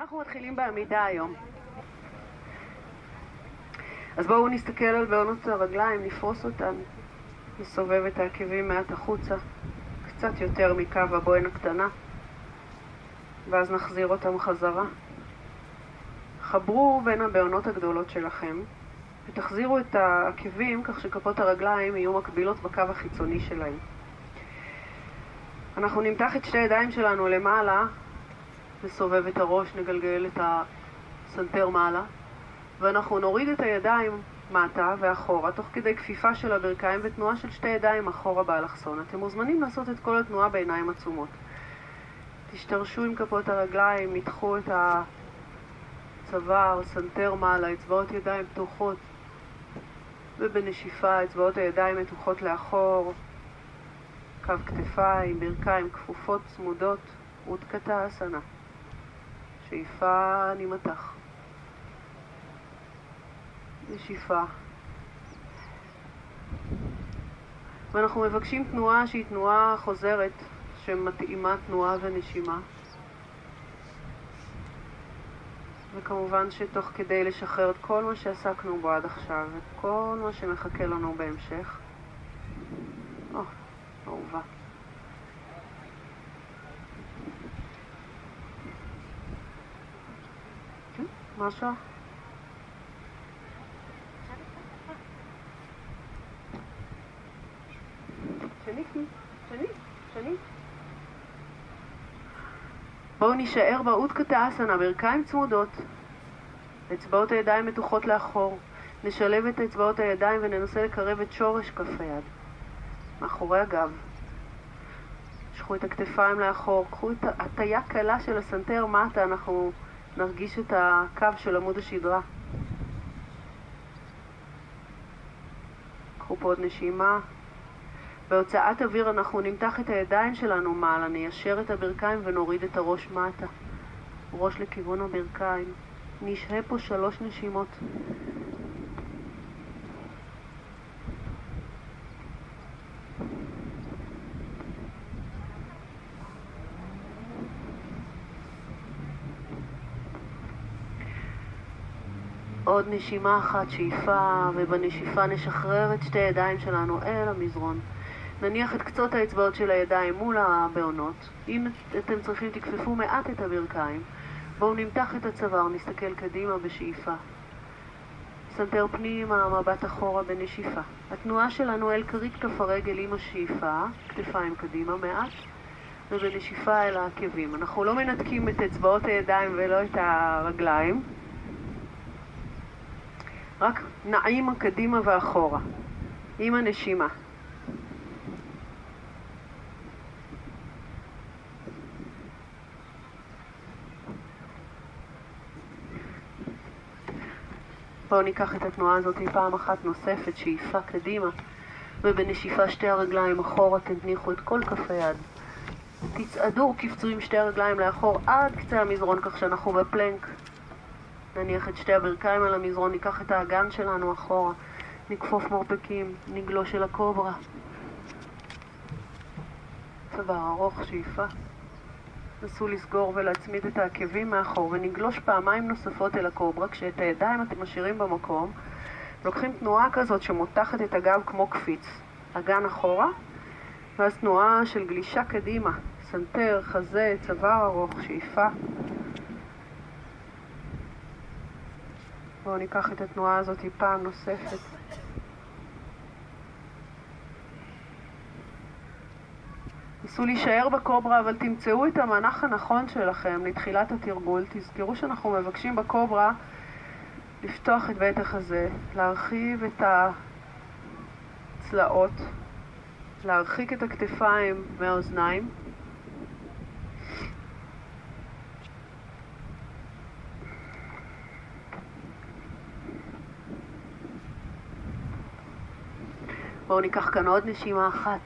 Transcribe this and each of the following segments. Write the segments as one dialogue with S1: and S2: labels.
S1: אנחנו מתחילים בעמידה היום. אז בואו נסתכל על בעונות הרגליים, נפרוס אותן, נסובב את העקבים מעט החוצה, קצת יותר מקו הבוהן הקטנה, ואז נחזיר אותם חזרה. חברו בין הבעונות הגדולות שלכם, ותחזירו את העקבים כך שכפות הרגליים יהיו מקבילות בקו החיצוני שלהם. אנחנו נמתח את שתי הידיים שלנו למעלה, נסובב את הראש, נגלגל את הסנטר מעלה, ואנחנו נוריד את הידיים מטה ואחורה, תוך כדי כפיפה של הברכיים ותנועה של שתי ידיים אחורה באלכסון. אתם מוזמנים לעשות את כל התנועה בעיניים עצומות. תשתרשו עם כפות הרגליים, מתחו את הצוואר, סנטר מעלה, אצבעות ידיים פתוחות, ובנשיפה אצבעות הידיים מתוחות לאחור, קו כתפיים, ברכיים כפופות צמודות, אודקטה אסנה. שאיפה נמתח. נשיפה. ואנחנו מבקשים תנועה שהיא תנועה חוזרת, שמתאימה תנועה ונשימה. וכמובן שתוך כדי לשחרר את כל מה שעסקנו בו עד עכשיו, וכל מה שמחכה לנו בהמשך. אהובה. מה השעה? שני. בואו נשאר באודקטה אסנה, ברכיים צמודות, אצבעות הידיים מתוחות לאחור. נשלב את אצבעות הידיים וננסה לקרב את שורש כף היד מאחורי הגב. שכו את הכתפיים לאחור, קחו את הטיה קלה של הסנטר מטה, אנחנו נרגיש את הקו של עמוד השדרה. קחו פה עוד נשימה. בהוצאת אוויר אנחנו נמתח את הידיים שלנו מעלה, ניישר את הברכיים ונוריד את הראש מטה. ראש לכיוון הברכיים. נשהה פה 3 נשימות. עוד נשימה אחת, שאיפה, ובנשיפה נשחרר את שתי ידיים שלנו אל המזרון. נניח את קצות האצבעות של הידיים מול הבעונות. אם אתם צריכים תכפפו מעט את הברכיים. בואו נמתח את הצוואר, נסתכל קדימה בשאיפה. סנטר פנימה, מבט אחורה בנשיפה. התנועה שלנו אל כרית כף הרגל עם השאיפה, כתפיים קדימה מעט, ובנשיפה אל העקבים. אנחנו לא מנתקים את אצבעות הידיים ולא את הרגליים. רק נעים קדימה ואחורה, עם הנשימה. בואו ניקח את התנועה הזאת פעם אחת נוספת, שאיפה קדימה, ובנשיפה שתי הרגליים אחורה, תניחו את כל כף היד. תצעדו, קפצו עם שתי הרגליים לאחור עד קצה המזרון, כך שאנחנו בפלנק. נניח את שתי הברכיים על המזרון, ניקח את האגן שלנו אחורה, נכפוף מרפקים, נגלוש אל הקוברה. צוואר ארוך, שאיפה. נסו לסגור ולהצמיד את העקבים מאחור, ונגלוש פעמיים נוספות אל הקוברה, כשאת הידיים אתם משאירים במקום, לוקחים תנועה כזאת שמותחת את הגב כמו קפיץ, אגן אחורה, ואז תנועה של גלישה קדימה, סנטר, חזה, צוואר ארוך, שאיפה. בואו ניקח את התנועה הזאת פעם נוספת. נסו להישאר בקוברה, אבל תמצאו את המנח הנכון שלכם לתחילת התרגול. תזכרו שאנחנו מבקשים בקוברה לפתוח את בית החזה, להרחיב את הצלעות, להרחיק את הכתפיים מהאוזניים. בואו ניקח כאן עוד נשימה אחת.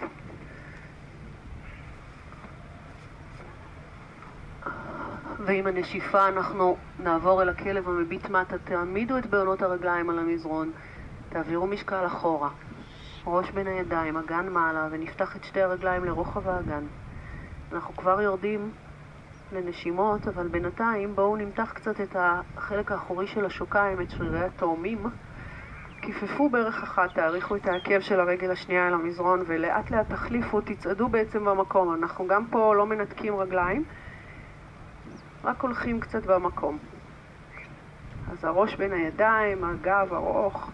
S1: ועם הנשיפה אנחנו נעבור אל הכלב המביט מטה. תעמידו את בעונות הרגליים על המזרון, תעבירו משקל אחורה, ראש בין הידיים, אגן מעלה, ונפתח את שתי הרגליים לרוחב האגן. אנחנו כבר יורדים לנשימות, אבל בינתיים בואו נמתח קצת את החלק האחורי של השוקיים, את שרירי התאומים. כיפפו ברך אחת, תאריכו את העקב של הרגל השנייה אל המזרון, ולאט לאט תחליפו, תצעדו בעצם במקום. אנחנו גם פה לא מנתקים רגליים, רק הולכים קצת במקום. אז הראש בין הידיים, הגב ארוך.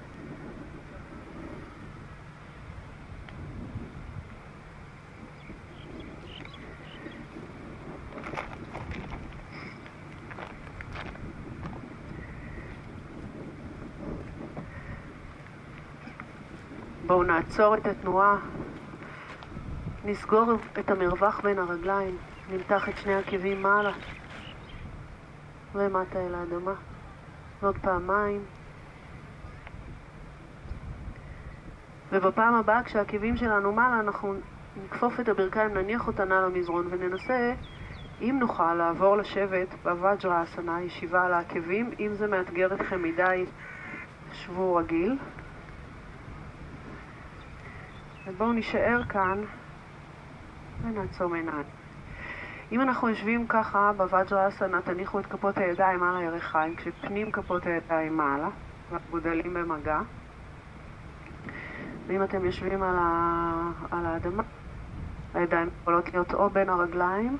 S1: בואו נעצור את התנועה, נסגור את המרווח בין הרגליים, נמתח את שני עקבים מעלה ומטה אל האדמה. ועוד פעמיים. ובפעם הבאה כשהעקבים שלנו מעלה אנחנו נכפוף את הברכיים, נניח אותן על המזרון וננסה, אם נוכל, לעבור לשבת בווג'ראסנה, ישיבה על העקבים. אם זה מאתגר אתכם מדי, שבו רגיל. ובואו נשאר כאן ונעצום עיניים. אם אנחנו יושבים ככה בווג'ראסנה, תניחו את כפות הידיים על הירכיים, כשפנים כפות הידיים מעלה, והגודלים במגע. ואם אתם יושבים על האדמה, הידיים יכולות להיות או בין הרגליים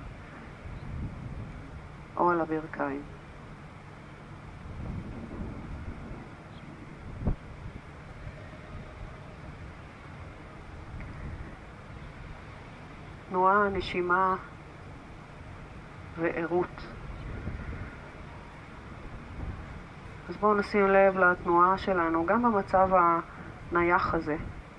S1: או על הברכיים. תנועה, נשימה ועירות. אז בואו נשים לב לתנועה שלנו, גם במצב הנייח הזה.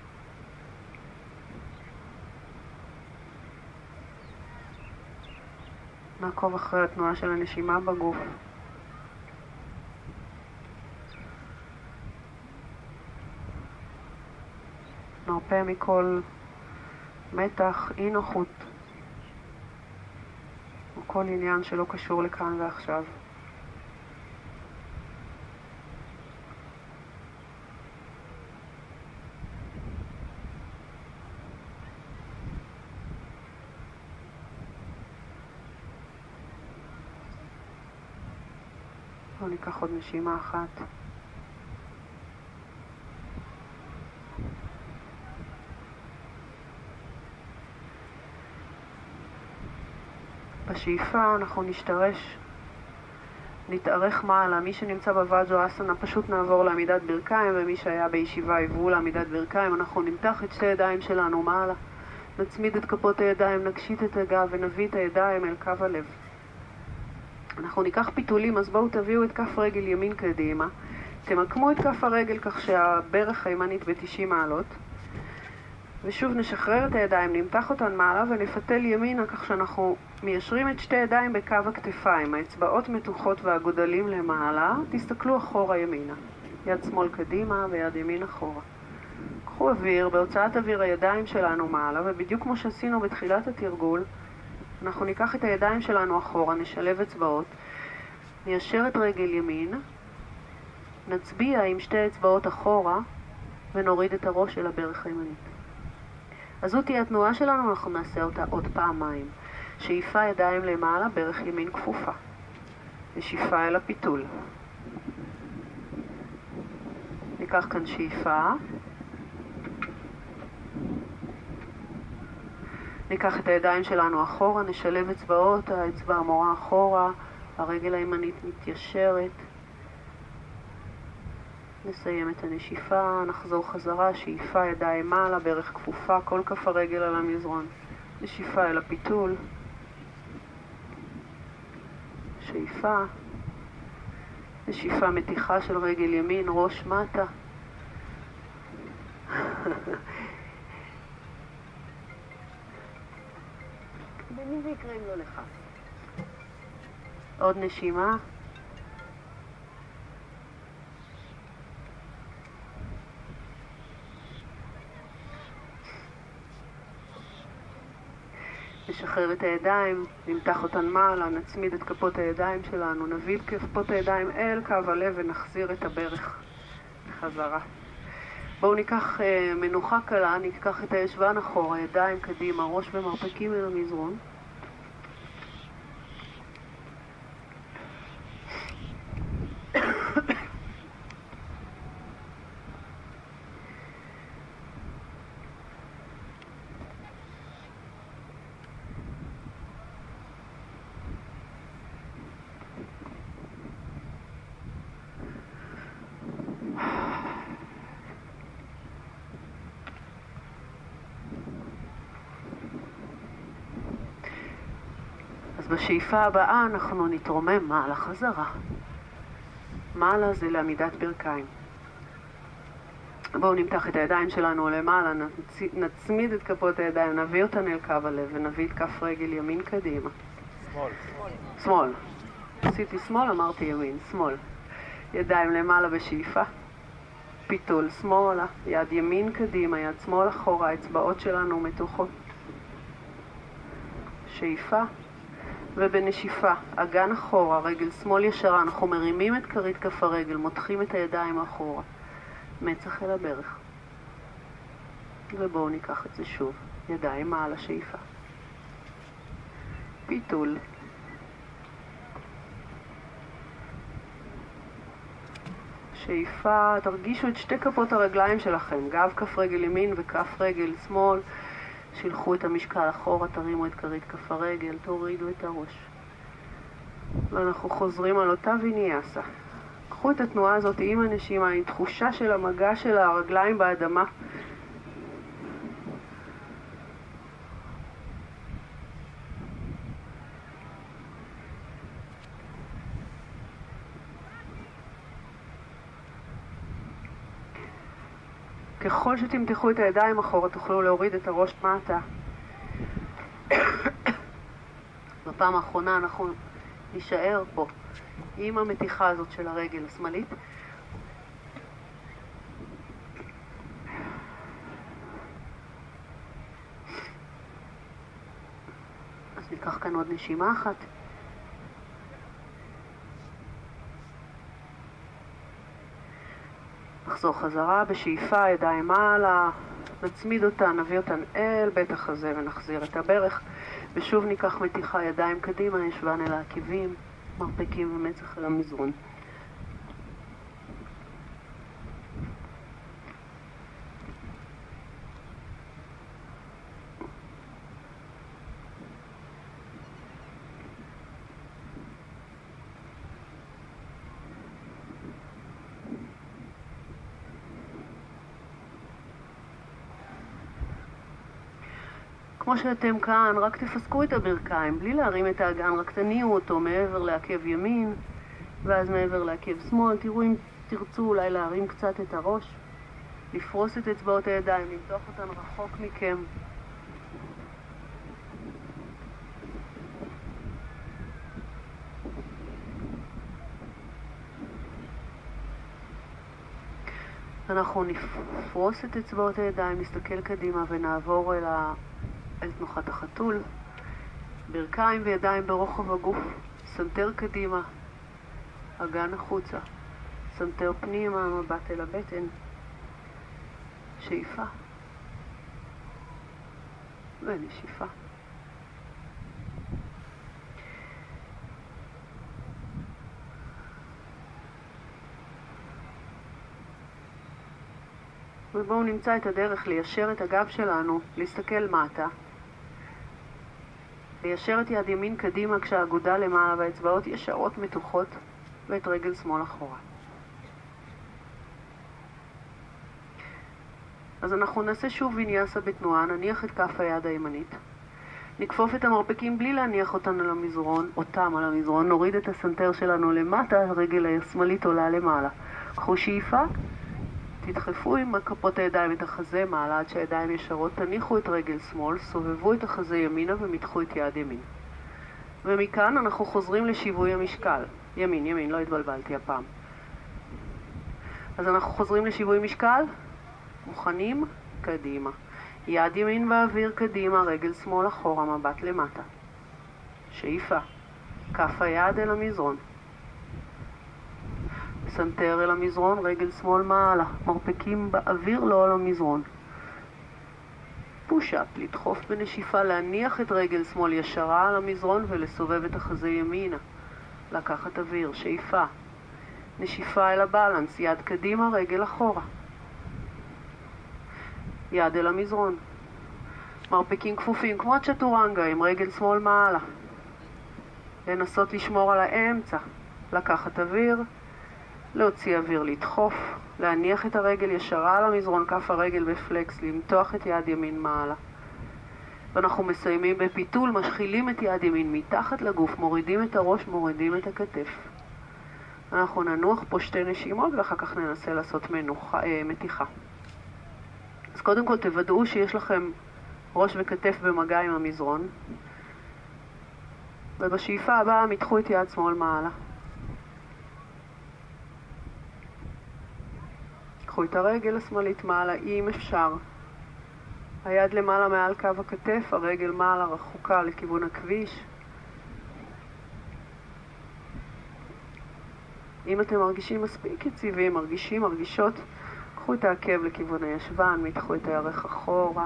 S1: נעקוב אחרי התנועה של הנשימה בגוף. נרפה מכל מתח, אי נוחות, או כל עניין שלא קשור לכאן ועכשיו. בואו ניקח עוד נשימה אחת. בשאיפה אנחנו נתארך מעלה. מי שנמצא בווג'ראסנה פשוט נעבור לעמידת ברכיים, ומי שהיה בישיבה יבואו לעמידת ברכיים. אנחנו נמתח את שתי הידיים שלנו מעלה, נצמיד את כפות הידיים, נקשיט את הגב ונביא את הידיים אל קו הלב. אנחנו ניקח פיתולים, אז בואו תביאו את כף רגל ימין קדימה, תמקמו את כף הרגל כך שהברך הימנית ב-90 מעלות, ושוב נשחרר את הידיים, נמתח אותן מעלה ונפתל ימינה כך שאנחנו מיישרים את שתי ידיים בקו הכתפיים, האצבעות מתוחות והגודלים למעלה. תסתכלו אחורה ימינה, יד שמאל קדימה ויד ימין אחורה. קחו אוויר, בהוצאת אוויר הידיים שלנו מעלה, ובדיוק כמו שעשינו בתחילת התרגול, אנחנו ניקח את הידיים שלנו אחורה, נשלב אצבעות, ניישר את רגל ימין, נצביע עם שתי אצבעות אחורה ונוריד את הראש של הברך הימנית. אז זאת תהיה התנועה שלנו, אנחנו נעשה אותה עוד פעמיים. שאיפה ידיים למעלה, ברך ימין כפופה. ושאיפה אל הפיתול. ניקח כאן שאיפה. ניקח את הידיים שלנו אחורה, נשלב אצבעות, האצבע המורה אחורה, הרגל הימנית מתיישרת. נסיים את הנשיפה, נחזור חזרה, שאיפה ידיים מעלה, ברך כפופה, כל כף הרגל על המזרון. נשיפה אל הפיתול. שאיפה. נשיפה מתיחה של רגל ימין, ראש מטה. במי זה יקרה אם לא לך? עוד נשימה. נשחרר את הידיים, נמתח אותן מעלה, נצמיד את כפות הידיים שלנו, נביא את כפות הידיים אל קו הלב ונחזיר את הברך חזרה. בואו ניקח מנוחה קלה, ניקח את הישבן אחורה, ידיים קדימה, ראש ומרפקים אל המזרון. בשאיפה הבאה אנחנו נתרומם מעלה חזרה. מעלה זה לעמידת ברכיים. בואו נמתח את הידיים שלנו למעלה, נצמיד את כפות הידיים, נביא אותן אל קו הלב ונביא את כף רגל ימין קדימה. שמאל. עשיתי שמאל, אמרתי ימין, שמאל. ידיים למעלה בשאיפה. פיתול שמאלה, יד ימין קדימה, יד שמאל אחורה, האצבעות שלנו מתוחות. שאיפה. ובנשיפה, אגן אחורה, רגל שמאל ישרה, אנחנו מרימים את כרית כף הרגל, מותחים את הידיים אחורה. מצח אל הברך. ובואו ניקח את זה שוב. ידיים מעל השאיפה. פיתול. שאיפה, תרגישו את שתי כפות הרגליים שלכם, גב כף רגל ימין וכף רגל שמאל. שילחו את המשקל אחורה, תרימו את כרית כף הרגל, תורידו את הראש. ואנחנו חוזרים על אותה ויניאסה. קחו את התנועה הזאת עם הנשימה, עם תחושה של המגע של הרגליים באדמה. ככל שתמתחו את הידיים אחורה, תוכלו להוריד את הראש מטה. בפעם האחרונה אנחנו נשאר פה עם המתיחה הזאת של הרגל השמאלית. אז ניקח כאן עוד נשימה אחת. נחזור חזרה בשאיפה, ידיים מעלה, נצמיד אותן, נביא אותן אל בית החזה ונחזיר את הברך. ושוב ניקח מתיחה, ידיים קדימה, ישבן אל העקבים, מרפקים ומצח אל המזרון. כמו שאתם כאן, רק תפסקו את הברכיים, בלי להרים את האגן, רק תניעו אותו מעבר לעקב ימין, ואז מעבר לעקב שמאל. תראו אם תרצו אולי להרים קצת את הראש, לפרוס את אצבעות הידיים, למתוח אותן רחוק מכם. אנחנו נפרוס את אצבעות הידיים, נסתכל קדימה ונעבור אל תנוחת החתול. ברכיים וידיים ברוחב הגוף, סנטר קדימה, אגן החוצה, סנטר פנימה, מבט אל הבטן. שאיפה ונשיפה. ובואו נמצא את הדרך ליישר את הגב שלנו, להסתכל מטה, ליישר את יד ימין קדימה כשהאגודה למעלה והאצבעות ישרות מתוחות, ואת רגל שמאל אחורה. אז אנחנו נעשה שוב ויניאסה בתנועה, נניח את כף היד הימנית, נכפוף את המרפקים בלי להניח אותם על המזרון, נוריד את הסנטר שלנו למטה, הרגל השמאלית עולה למעלה. קחו שאיפה, תדחפו עם כפות הידיים את החזה מעלה עד שהידיים ישרות, תניחו את רגל שמאל, סובבו את החזה ימינה ומתחו את יד ימין. ומכאן אנחנו חוזרים לשיווי המשקל. ימין, לא התבלבלתי הפעם. אז אנחנו חוזרים לשיווי משקל, מוכנים, קדימה. יד ימין באוויר קדימה, רגל שמאל אחורה, מבט למטה. שאיפה, כף היד אל המזרון. סנטר אל המזרון, רגל שמאל מעלה, מרפקים באוויר לא על המזרון. פוש-אפ, לדחוף בנשיפה, להניח את רגל שמאל ישרה על המזרון ולסובב את החזה ימינה. לקחת אוויר, שאיפה. נשיפה אל הבלנס, יד קדימה, רגל אחורה. יד אל המזרון. מרפקים כפופים, כמו צ'טורנגה, עם רגל שמאל מעלה. לנסות לשמור על האמצע. לקחת אוויר. להוציא אוויר, לדחוף, להניח את הרגל ישרה על המזרון, כף הרגל בפלקס, למתוח את יד ימין מעלה. ואנחנו מסיימים בפיתול, משחילים את יד ימין מתחת לגוף, מורידים את הראש, מורידים את הכתף. אנחנו ננוח פה 2 נשימות ואחר כך ננסה לעשות מתיחה. אז קודם כל תוודאו שיש לכם ראש וכתף במגע עם המזרון. ובשאיפה הבאה מתחו את יד שמאל מעלה. קחו את הרגל השמאלית מעלה, אם אפשר. היד למעלה מעל קו הכתף, הרגל מעלה רחוקה לכיוון הכביש. אם אתם מרגישים מספיק יציבים, מרגישות, קחו את העקב לכיוון הישבן, מתחו את הירך אחורה.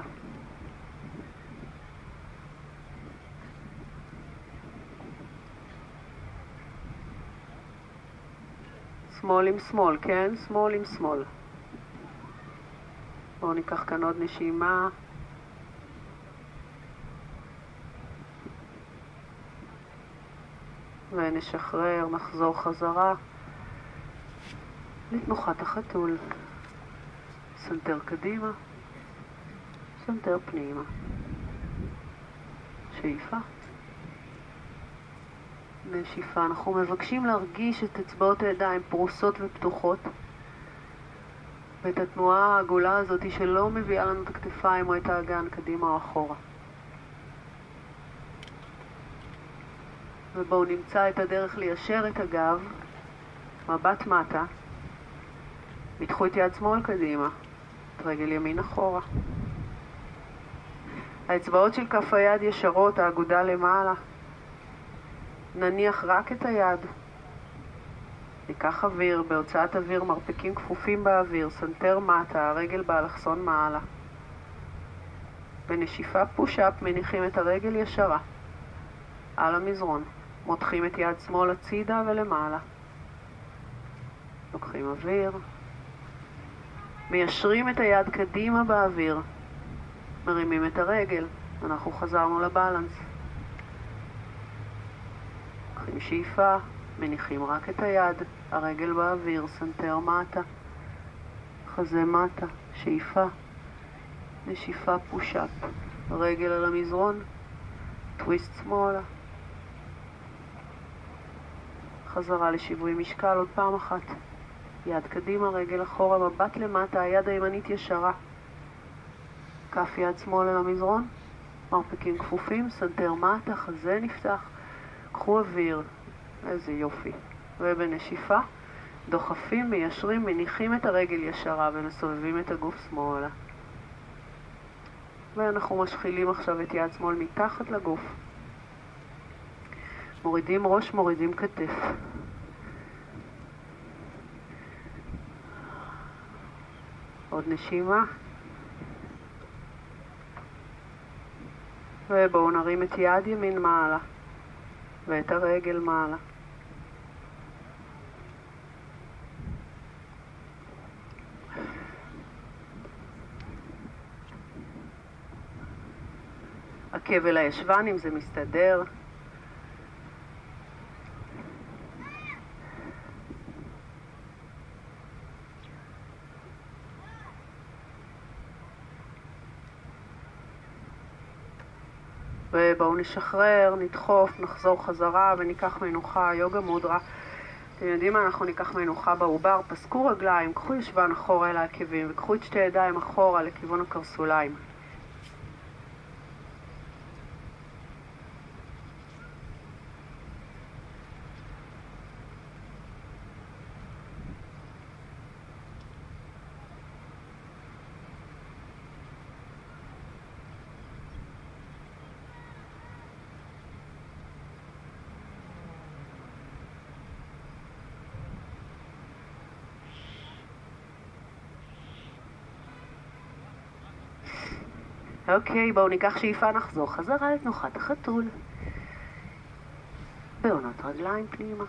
S1: שמאל עם שמאל, כן? שמאל עם שמאל. בואו ניקח כאן עוד נשימה. ונשחרר, נחזור חזרה לתנוחת החתול. סנטר קדימה, סנטר פנימה. שאיפה. נשיפה. אנחנו מבקשים להרגיש את אצבעות הידיים פרוסות ופתוחות. ואת התנועה העגולה הזאת שלא מביאה לנו את הכתפיים או את האגן קדימה או אחורה. ובואו נמצא את הדרך ליישר את הגב, מבט מטה, מתחו את יד שמאל קדימה, את רגל ימין אחורה. האצבעות של כף היד ישרות, האגודה למעלה. נניח רק את היד. ניקח אוויר, בהוצאת אוויר מרפקים כפופים באוויר, סנטר מטה, הרגל באלכסון מעלה. בנשיפה פוש-אפ מניחים את הרגל ישרה על המזרון. מותחים את יד שמאל הצידה ולמעלה. לוקחים אוויר. מיישרים את היד קדימה באוויר. מרימים את הרגל. אנחנו חזרנו לבלנס. לוקחים שאיפה. מניחים רק את היד. הרגל באוויר. סנטר מטה. חזה מטה. שאיפה. נשיפה פוש-אפ. רגל על המזרון. טוויסט שמאלה. חזרה לשיווי משקל עוד פעם אחת. יד קדימה, רגל אחורה, מבט למטה, היד הימנית ישרה. כף יד שמאל על המזרון. מרפקים כפופים, סנטר מטה, חזה נפתח. קחו אוויר. איזה יופי. ובנשיפה, דוחפים, מיישרים, מניחים את הרגל ישרה ומסובבים את הגוף שמאלה. ואנחנו משחילים עכשיו את יד שמאל מתחת לגוף. מורידים ראש, מורידים כתף. עוד נשימה. ובואו נרים את יד ימין מעלה. ואת הרגל מעלה. הכבל הישבן, אם זה מסתדר. ובואו נשחרר, נדחוף, נחזור חזרה וניקח מנוחה, יוגה מודרה. אתם יודעים מה? אנחנו ניקח מנוחה בעובר, פסקו רגליים, קחו ישבן אחורה אל העקבים וקחו את 2 ידיים אחורה לכיוון הקרסוליים. אוקיי, בואו ניקח שאיפה, נחזור חזרה לתנוחת החתול. בעונות רגליים פנימה.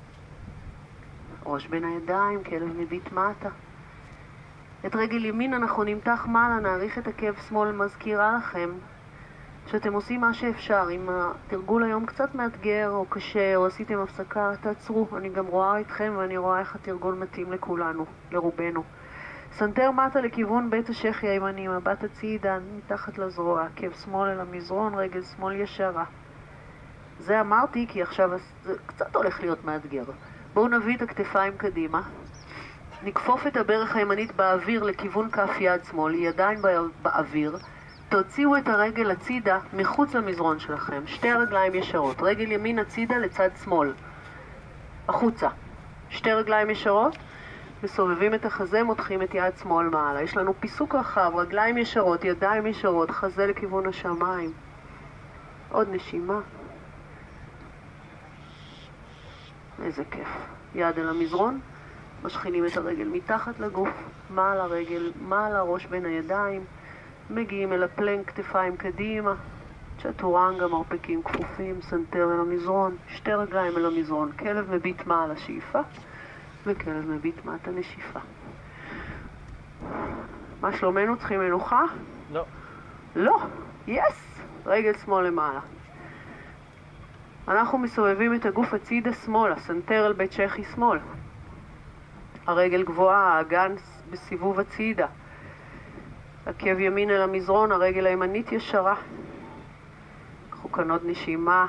S1: ראש בין הידיים, כלב מביט מטה. את רגל ימין אנחנו נמתח מעלה, נעריך את עקב שמאל. מזכירה לכם שאתם עושים מה שאפשר. אם התרגול היום קצת מאתגר או קשה או עשיתם הפסקה, תעצרו. אני גם רואה אתכם ואני רואה איך התרגול מתאים לכולנו, לרובנו. סנטר מטה לכיוון בית השכי הימני, מבט הצידה, מתחת לזרוע, עקב שמאל אל המזרון, רגל שמאל ישרה. זה אמרתי כי עכשיו זה קצת הולך להיות מאתגר. בואו נביא את הכתפיים קדימה. נכפוף את הברך הימנית באוויר לכיוון כף יד שמאל, ידיים באוויר. תוציאו את הרגל הצידה מחוץ למזרון שלכם. שתי הרגליים ישרות. רגל ימין הצידה לצד שמאל. החוצה. שתי רגליים ישרות. מסובבים את החזה, מותחים את יד שמאל מעלה. יש לנו פיסוק רחב, רגליים ישרות, ידיים ישרות, חזה לכיוון השמיים. עוד נשימה. איזה כיף. יד אל המזרון. משכינים את הרגל מתחת לגוף, מעל הרגל, מעל הראש בין הידיים, מגיעים אל הפלנק, כתפיים קדימה, צ'טורנגה, מרפקים כפופים, סנטר אל המזרון, שתי רגליים אל המזרון, כלב מביט מעל השאיפה, וכלב מביט מטה נשיפה. מה שלומנו? צריכים מנוחה?
S2: לא.
S1: לא, יס! רגל שמאל למעלה. אנחנו מסובבים את הגוף הצידה שמאלה, סנטר אל בית שכי שמאל. הרגל גבוהה, האגן בסיבוב הצידה. עקב ימין אל המזרון, הרגל הימנית ישרה. קחו כאן עוד נשימה.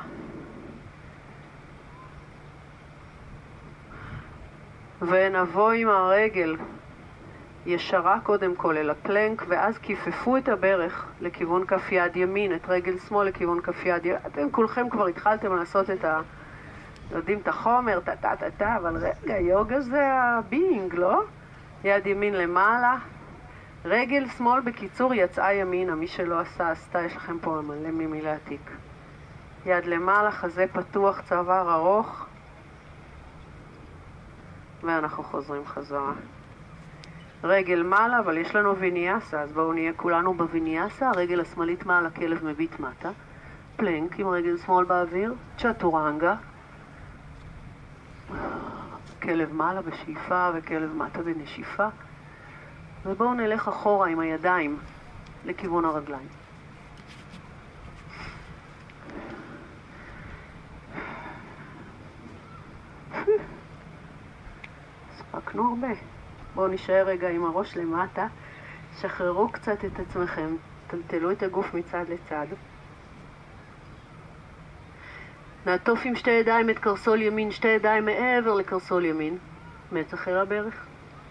S1: ונבוא עם הרגל ישרה קודם כל אל הפלנק, ואז כיפפו את הברך לכיוון כף יד ימין, את רגל שמאל לכיוון כף יד ימין. אתם כולכם כבר התחלתם לעשות את יודעים את החומר, אבל רגע, יוגה זה הביינג, לא? יד ימין למעלה, רגל שמאל בקיצור יצאה ימינה, מי שלא עשתה, יש לכם פה מלא ממי להעתיק. יד למעלה, חזה פתוח, צוואר ארוך, ואנחנו חוזרים חזרה. רגל מעלה, אבל יש לנו ויניאסה, אז בואו נהיה כולנו בוויניאסה, הרגל השמאלית מעלה, כלב מביט מטה, פלנק עם רגל שמאל באוויר, צ'טורנגה, כלב מעלה בשאיפה וכלב מטה בנשיפה, ובואו נלך אחורה עם הידיים לכיוון הרגליים. ספקנו הרבה. בואו נשאר רגע עם הראש למטה, שחררו קצת את עצמכם, טלטלו את הגוף מצד לצד. נעטוף עם שתי ידיים את קרסול ימין, שתי ידיים מעבר לקרסול ימין, מצח אל הברך.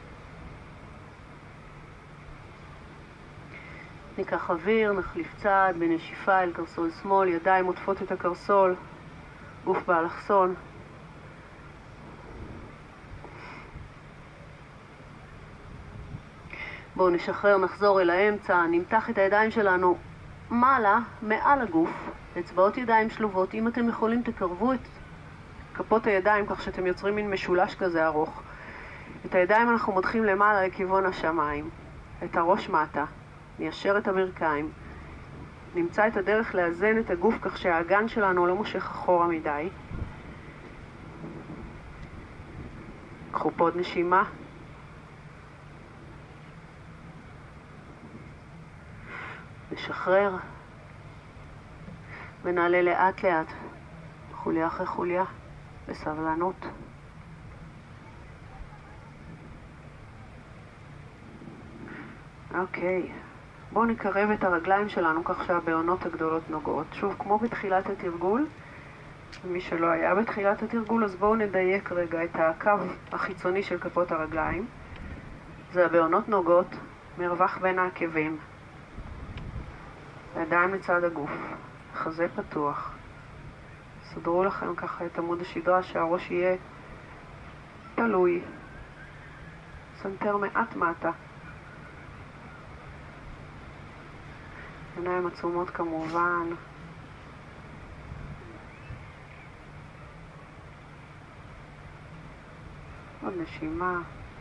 S1: ניקח אוויר, נחליף צעד בנשיפה אל קרסול שמאל, ידיים עוטפות את הקרסול, גוף באלכסון. בואו נשחרר, נחזור אל האמצע, נמתח את הידיים שלנו מעלה, מעל הגוף, אצבעות ידיים שלובות. אם אתם יכולים תקרבו את כפות הידיים כך שאתם יוצרים מין משולש כזה ארוך. את הידיים אנחנו מותחים למעלה לכיוון השמיים, את הראש מטה, ניישר את הברכיים, נמצא את הדרך לאזן את הגוף כך שהאגן שלנו לא מושך אחורה מדי. קחו פה עוד נשימה. נשחרר ונעלה לאט לאט, חוליה אחרי חוליה, בסבלנות. אוקיי, בואו נקרב את הרגליים שלנו כך שהבעונות הגדולות נוגעות. שוב, כמו בתחילת התרגול, מי שלא היה בתחילת התרגול, אז בואו נדייק רגע את הקו החיצוני של כפות הרגליים. זה הבעונות נוגעות, מרווח בין העקבים. הידיים לצד הגוף, חזה פתוח. סדרו לכם ככה את עמוד השדרה שהראש יהיה תלוי. סנטר מעט מטה. עיניים עצומות כמובן. עוד נשימה.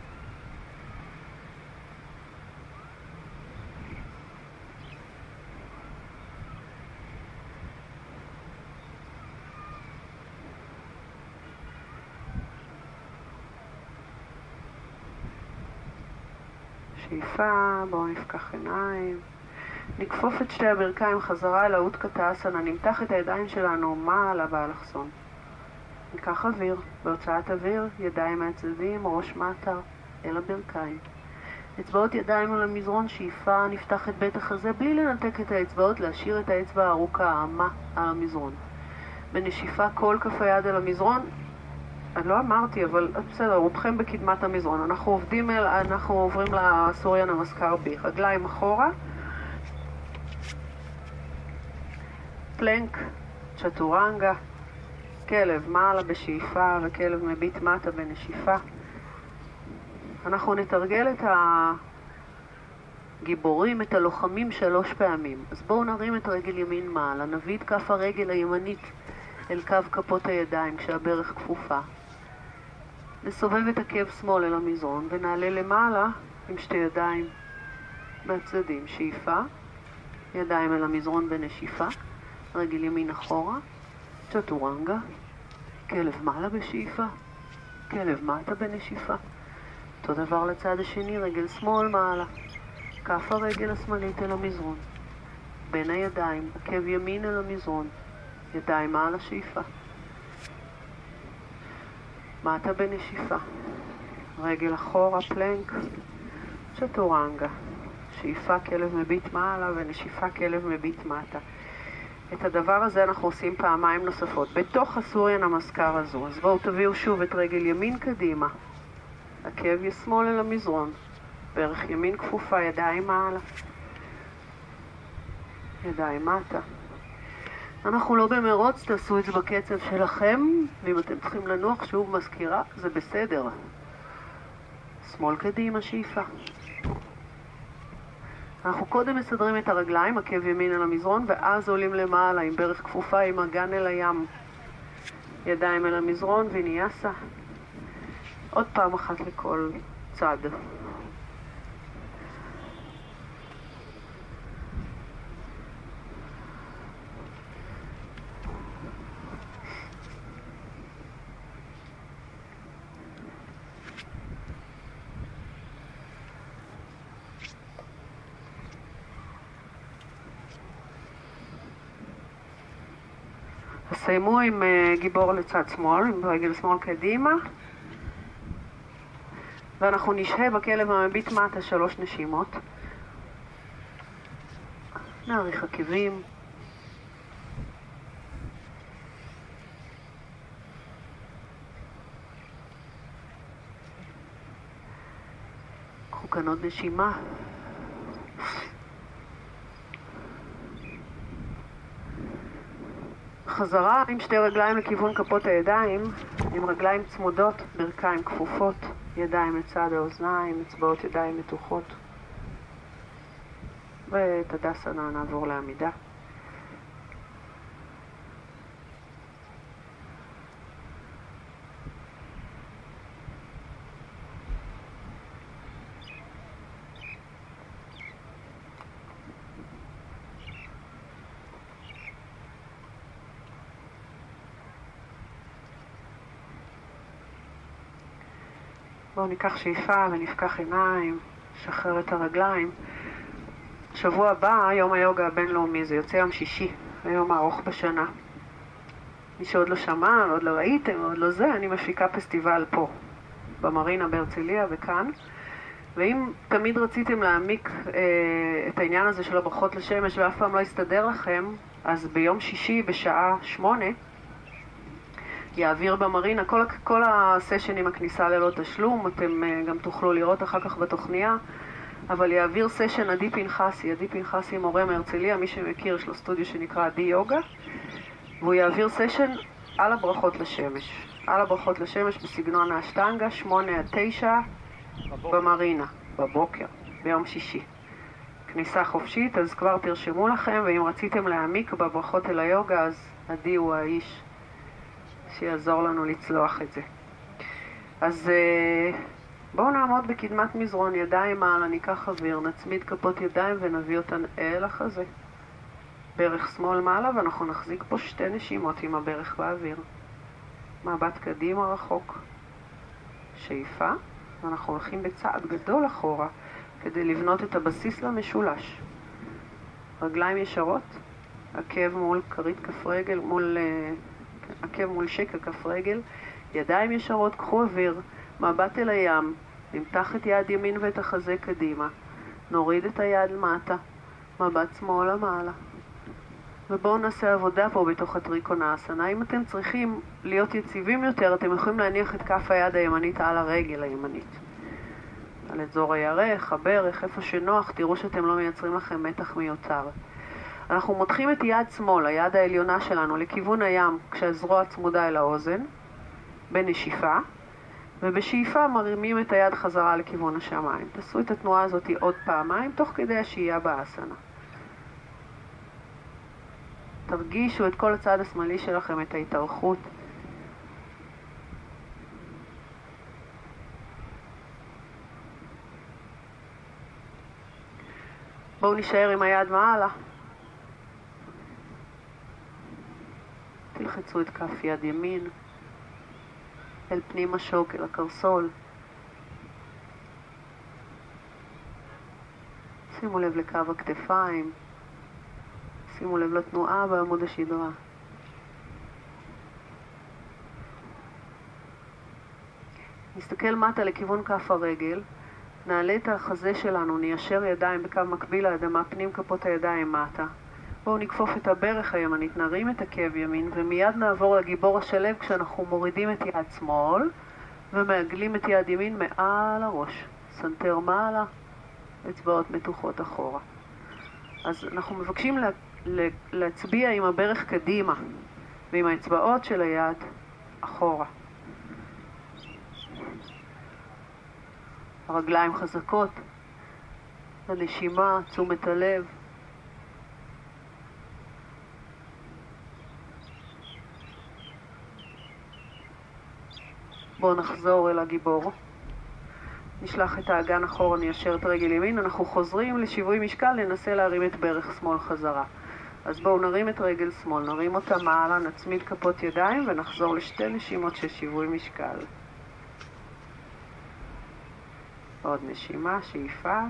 S1: שאיפה, בואו נפקח עיניים. נכפוף את שתי הברכיים חזרה אל האותקה אסנה, נמתח את הידיים שלנו מעלה באלכסון. ניקח אוויר, בהוצאת אוויר, ידיים מהצדדים, ראש מטה אל הברכיים. אצבעות ידיים על המזרון, שאיפה, נפתח את בית החזה בלי לנתק את האצבעות, להשאיר את האצבע הארוכה, העמה, על המזרון. בנשיפה כל כף היד על המזרון, אני לא אמרתי, אבל בסדר, רובכם בקדמת המזרון. אנחנו עוברים לסוריה נמסקר בי. רגליים אחורה, פלנק, צ'טורנגה, כלב מעלה בשאיפה וכלב מביט מטה בנשיפה. אנחנו נתרגל את הגיבורים, את הלוחמים 3 פעמים. אז בואו נרים את רגל ימין מעלה, נביא את כף הרגל הימנית אל קו כפות הידיים כשהברך כפופה. נסובב את עקב שמאל אל המזרון ונעלה למעלה עם 2 ידיים מהצדדים. שאיפה, ידיים אל המזרון בנשיפה, רגל ימין אחורה, צ'טורנגה, כלב מעלה בשאיפה, כלב מטה בנשיפה. אותו דבר לצד השני, רגל שמאל מעלה, כף הרגל השמאלית אל המזרון, בין הידיים, עקב ימין אל המזרון, ידיים מעלה שאיפה, מטה בנשיפה, רגל אחורה, פלנק, צ'טורנגה, שאיפה כלב מביט מעלה ונשיפה כלב מביט מטה. את הדבר הזה אנחנו עושים פעמיים נוספות בתוך הסוריה נמסקר הזו. אז בואו תביאו שוב את רגל ימין קדימה, עקב ישמאל אל המזרון, ברך ימין כפופה, ידיים מעלה, ידיים מטה. אנחנו לא במרוץ, תעשו את זה בקצב שלכם, ואם אתם צריכים לנוח שוב מזכירה, זה בסדר. שמאל קדימה, שאיפה. אנחנו קודם מסדרים את הרגליים, עקב ימין אל המזרון, ואז עולים למעלה עם ברך כפופה, עם אגן אל הים. ידיים אל המזרון וניאסה. עוד פעם אחת לכל צד. סיימו עם גיבור לצד שמאל, עם רגל שמאל קדימה, ואנחנו נשהה בכלב המביט מטה 3 נשימות. נאריך עקבים, קחו כאן עוד נשימה. חזרה עם 2 רגליים לכיוון כפות הידיים, עם רגליים צמודות, ברכיים כפופות, ידיים לצד האוזניים, אצבעות ידיים מתוחות. ותדסנה נעבור לעמידה. בואו ניקח שאיפה ונפקח עיניים, שחרר את הרגליים. שבוע הבא, יום היוגה הבינלאומי, זה יוצא יום שישי, היום הארוך בשנה. מי שעוד לא שמע, עוד לא ראיתם, עוד לא זה, אני מפיקה פסטיבל פה, במרינה בהרצליה וכאן. ואם תמיד רציתם להעמיק את העניין הזה של הברכות לשמש ואף פעם לא יסתדר לכם, אז ביום שישי בשעה 8, יעביר במרינה כל הסשנים הכניסה ללא תשלום, אתם גם תוכלו לראות אחר כך בתוכניה, אבל יעביר סשן עדי פנחסי. עדי פנחסי מורה מהרצליה, מי שמכיר, יש לו סטודיו שנקרא עדי יוגה, והוא יעביר סשן על הברכות לשמש. על הברכות לשמש בסגנון האשטנגה, 8-9 במרינה, בבוקר, ביום שישי. כניסה חופשית, אז כבר תרשמו לכם, ואם רציתם להעמיק בברכות אל היוגה, אז עדי הוא האיש שיעזור לנו לצלוח את זה. אז בואו נעמוד בקדמת מזרון, ידיים מעלה, ניקח אוויר, נצמיד כפות ידיים ונביא אותן אל החזה. ברך שמאל מעלה, ואנחנו נחזיק פה 2 נשימות עם הברך באוויר. מבט קדימה רחוק. שאיפה, ואנחנו הולכים בצעד גדול אחורה כדי לבנות את הבסיס למשולש. רגליים ישרות, עקב מול כרית כף רגל, עקב מול שקע כף רגל, ידיים ישרות, קחו אוויר, מבט אל הים, נמתח את יד ימין ואת החזה קדימה. נוריד את היד למטה, מבט שמאלה מעלה. ובואו נעשה עבודה פה בתוך הטריקונאסנה. אם אתם צריכים להיות יציבים יותר, אתם יכולים להניח את כף היד הימנית על הרגל הימנית. על אזור הירך, הברך, איפה שנוח, תראו שאתם לא מייצרים לכם מתח מיותר. אנחנו מותחים את יד שמאל, היד העליונה שלנו, לכיוון הים, כשהזרוע צמודה אל האוזן, בנשיפה, ובשאיפה מרימים את היד חזרה לכיוון השמיים. תעשו את התנועה הזאת עוד פעמיים, תוך כדי השהייה באסנה. תרגישו את כל הצד השמאלי שלכם, את ההתארכות. בואו נשאר עם היד מעלה. תלחצו את כף יד ימין אל פנים השוק, אל הקרסול. שימו לב לקו הכתפיים. שימו לב לתנועה בעמוד השדרה. נסתכל מטה לכיוון כף הרגל. נעלה את החזה שלנו, ניישר ידיים בקו מקביל לאדמה, פנים כפות הידיים מטה. בואו נכפוף את הברך הימנית, נרים את עקב ימין, ומיד נעבור לגיבור השלב כשאנחנו מורידים את יד שמאל, ומעגלים את יד ימין מעל הראש. סנטר מעלה, אצבעות מתוחות אחורה. אז אנחנו מבקשים להצביע עם הברך קדימה, ועם האצבעות של היד אחורה. הרגליים חזקות, הנשימה, תשומת הלב. בואו נחזור אל הגיבור. נשלח את האגן אחורה, ניישר את רגל ימין. אנחנו חוזרים לשיווי משקל, ננסה להרים את ברך שמאל חזרה. אז בואו נרים את רגל שמאל, נרים אותה מעלה, נצמיד כפות ידיים ונחזור לשתי נשימות של שיווי משקל. עוד נשימה, שאיפה,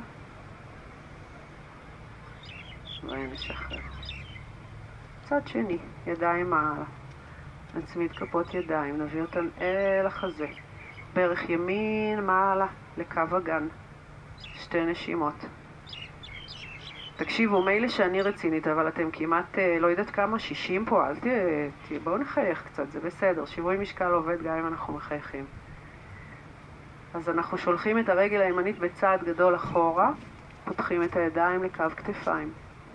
S1: ונשחרר. צד שני, ידיים מעלה. נצמיד כפות ידיים, נביא אותן אל החזה. ברך ימין מעלה לקו הגן. שתי נשימות. תקשיבו, מילא שאני רצינית, אבל אתם כמעט, לא יודעת כמה, 60 פה, בואו נחייך קצת, זה בסדר. שיווי משקל עובד גם אם אנחנו מחייכים. אז אנחנו שולחים את הרגל הימנית בצעד גדול אחורה, פותחים את הידיים לקו כתפיים.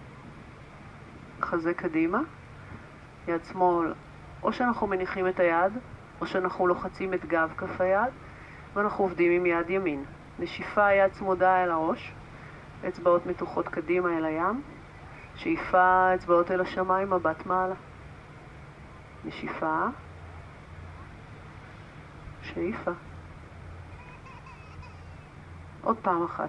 S1: חזה קדימה, יד שמאל, או שאנחנו מניחים את היד, או שאנחנו לוחצים את גב כף היד, ואנחנו עובדים עם יד ימין. נשיפה, יד צמודה אל הראש, אצבעות מתוחות קדימה אל הים, שאיפה, אצבעות אל השמיים, מבט מעלה. נשיפה, שאיפה. עוד פעם אחת.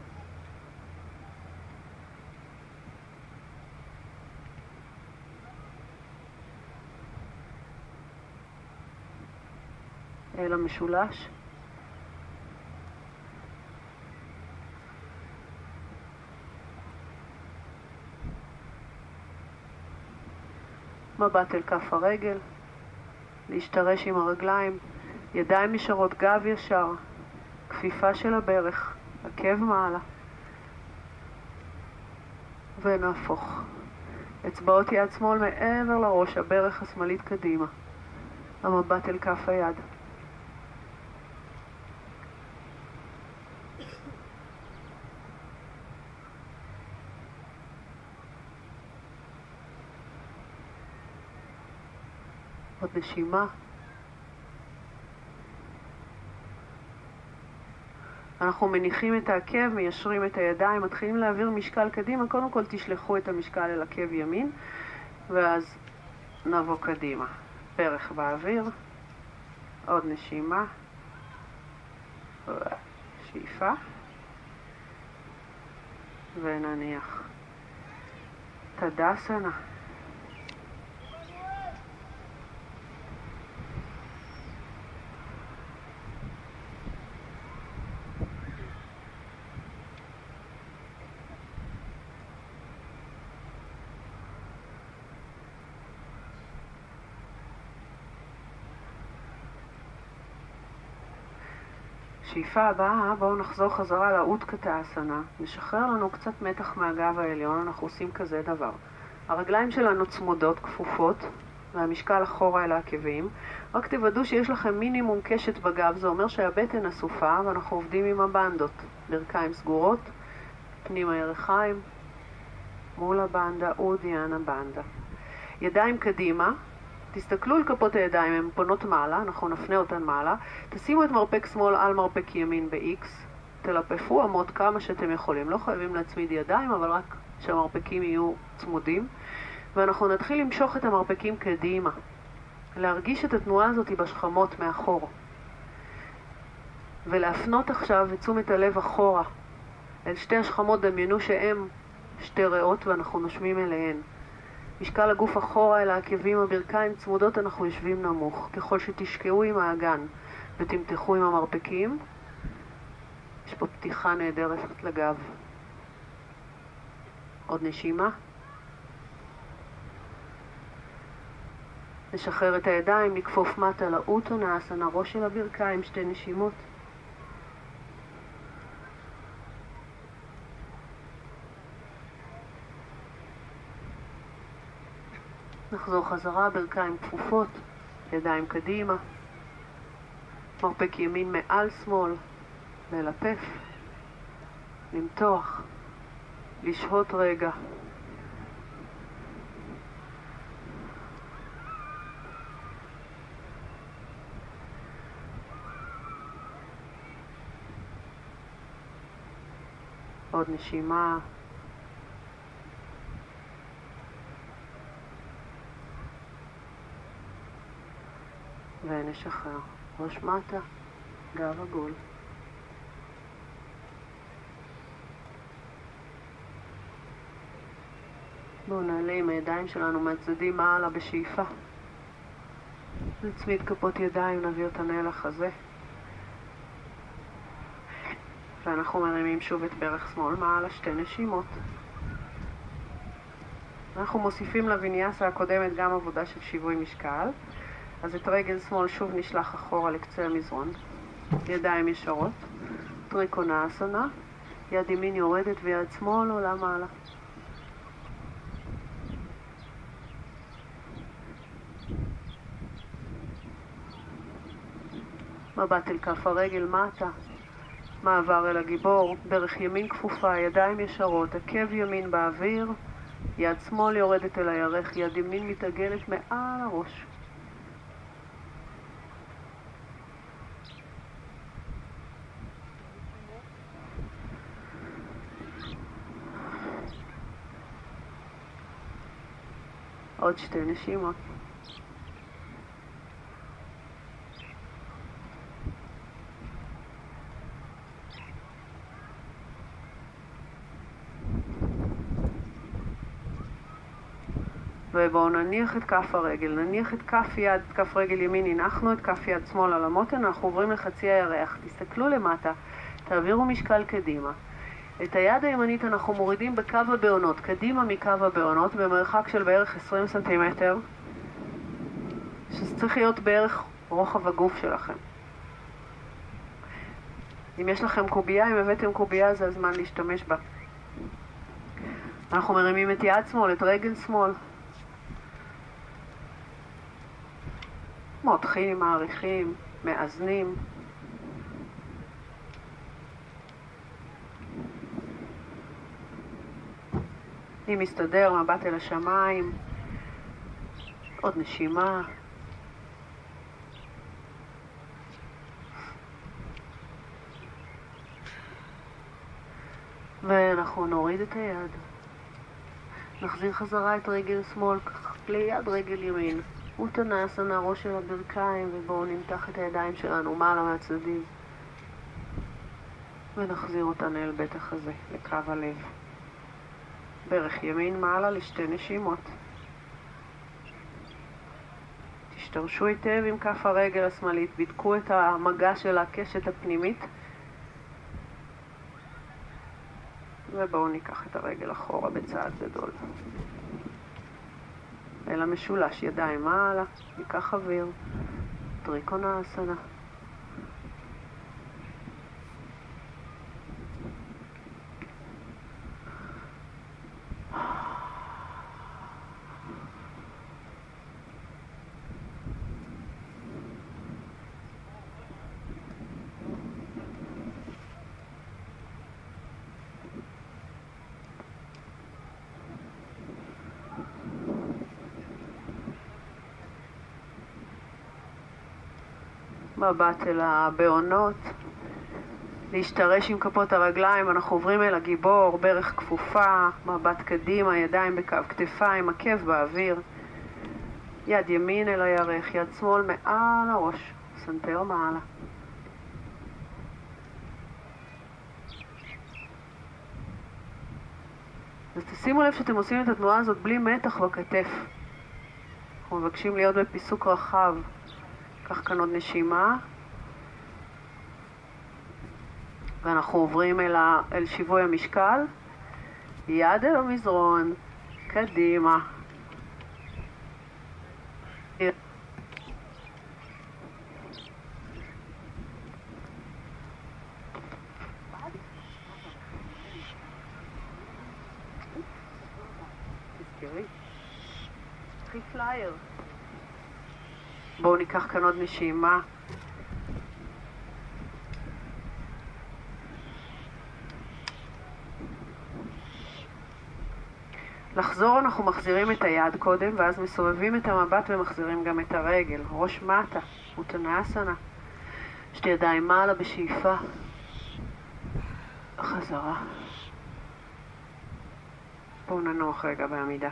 S1: אל המשולש. מבט אל כף הרגל. להשתרש עם הרגליים. ידיים ישרות, גב ישר. כפיפה של הברך. עקב מעלה. ונהפוך. אצבעות יד שמאל מעבר לראש, הברך השמאלית קדימה. המבט אל כף היד. עוד נשימה. אנחנו מניחים את העקב, מיישרים את הידיים, מתחילים להעביר משקל קדימה. קודם כל תשלחו את המשקל אל עקב ימין, ואז נבוא קדימה. ברך באוויר. עוד נשימה. שאיפה. ונניח. תדסנה. שאיפה הבאה, בואו נחזור חזרה לאותקטאסנה. נשחרר לנו קצת מתח מהגב העליון, אנחנו עושים כזה דבר. הרגליים שלנו צמודות, כפופות, והמשקל אחורה אל העקבים. רק תוודאו שיש לכם מינימום קשת בגב, זה אומר שהבטן אסופה, ואנחנו עובדים עם הבנדות. ברכיים סגורות, פנים הירכיים, מול הבנדה, אודיאן הבנדה. ידיים קדימה, תסתכלו על כפות הידיים, הן פונות מעלה, אנחנו נפנה אותן מעלה. תשימו את מרפק שמאל על מרפק ימין ב-X, תלפפו עמוד כמה שאתם יכולים. לא חייבים להצמיד ידיים, אבל רק שהמרפקים יהיו צמודים. ואנחנו נתחיל למשוך את המרפקים קדימה. להרגיש את התנועה הזאת בשכמות מאחור. ולהפנות עכשיו את תשומת הלב אחורה. אל שתי השכמות דמיינו שהן שתי ריאות ואנחנו נושמים אליהן. משקל הגוף אחורה אל העקבים, הברכיים צמודות, אנחנו יושבים נמוך. ככל שתשקעו עם האגן ותמתחו עם המרפקים, יש פה פתיחה נהדרת לגב. עוד נשימה. נשחרר את הידיים, נכפוף מטה לאוטונאסנה, ראש של הברכיים, שתי נשימות. נחזור חזרה, ברכיים כפופות, ידיים קדימה, מרפק ימין מעל שמאל, ללפף, למתוח, לשהות רגע. עוד נשימה. ונשחרר. ראש מטה, גב עגול. בואו נעלה עם הידיים שלנו מהצדדים מעלה בשאיפה. נצמיד כפות ידיים, נביא אותן אל החזה. ואנחנו מרימים שוב את ברך שמאל מעלה, שתי נשימות. אנחנו מוסיפים לוויניאסה הקודמת גם עבודה של שיווי משקל. אז את רגל שמאל שוב נשלח אחורה לקצה המזרון. ידיים ישרות. טריקונאסנה. יד ימין יורדת ויד שמאל עולה מעלה. מבט אל כף הרגל מטה. מעבר אל הגיבור. ברך ימין כפופה, ידיים ישרות. עקב ימין באוויר. יד שמאל יורדת אל הירך. יד ימין מתעגלת מעל הראש. עוד שתי נשימות. ובואו נניח את כף הרגל, נניח את כף יד, כף רגל ימין, הנחנו את כף יד שמאל על המותן, אנחנו עוברים לחצי הירח. תסתכלו למטה, תעבירו משקל קדימה. את היד הימנית אנחנו מורידים בקו הבעונות, קדימה מקו הבעונות, במרחק של בערך 20 סנטימטר, שזה צריך להיות בערך רוחב הגוף שלכם. אם יש לכם קובייה, אם הבאתם קובייה, זה הזמן להשתמש בה. אנחנו מרימים את יד שמאל, את רגל שמאל. מותחים, מעריכים, מאזנים. אם מסתדר, מבט אל השמיים. עוד נשימה. ואנחנו נוריד את היד. נחזיר חזרה את רגל שמאל ליד רגל ימין. אוטונאסנה, ראש של הברכיים, ובואו נמתח את הידיים שלנו מעלה מהצדדים. ונחזיר אותן אל בית החזה, לקו הלב. ברך ימין מעלה לשתי נשימות. תשתרשו היטב עם כף הרגל השמאלית, בדקו את המגע של הקשת הפנימית. ובואו ניקח את הרגל אחורה בצעד גדול. אל המשולש, ידיים מעלה, ניקח אוויר, טריקונאסנה. מבט אל הבעונות. להשתרש עם כפות הרגליים, אנחנו עוברים אל הגיבור, ברך כפופה, מבט קדימה, ידיים בקו כתפיים, עקב באוויר. יד ימין אל הירך, יד שמאל מעל הראש, סנטר מעלה. אז תשימו לב שאתם עושים את התנועה הזאת בלי מתח בכתף. אנחנו מבקשים להיות בפיסוק רחב. קח כאן עוד נשימה. ואנחנו עוברים אל שיווי המשקל. יד אל המזרון, קדימה. הכי פלייר. בואו ניקח כאן עוד נשימה. לחזור אנחנו מחזירים את היד קודם, ואז מסובבים את המבט ומחזירים גם את הרגל. ראש מטה, אוטנאסנה. שתי ידיים מעלה בשאיפה. חזרה. בואו ננוח רגע בעמידה.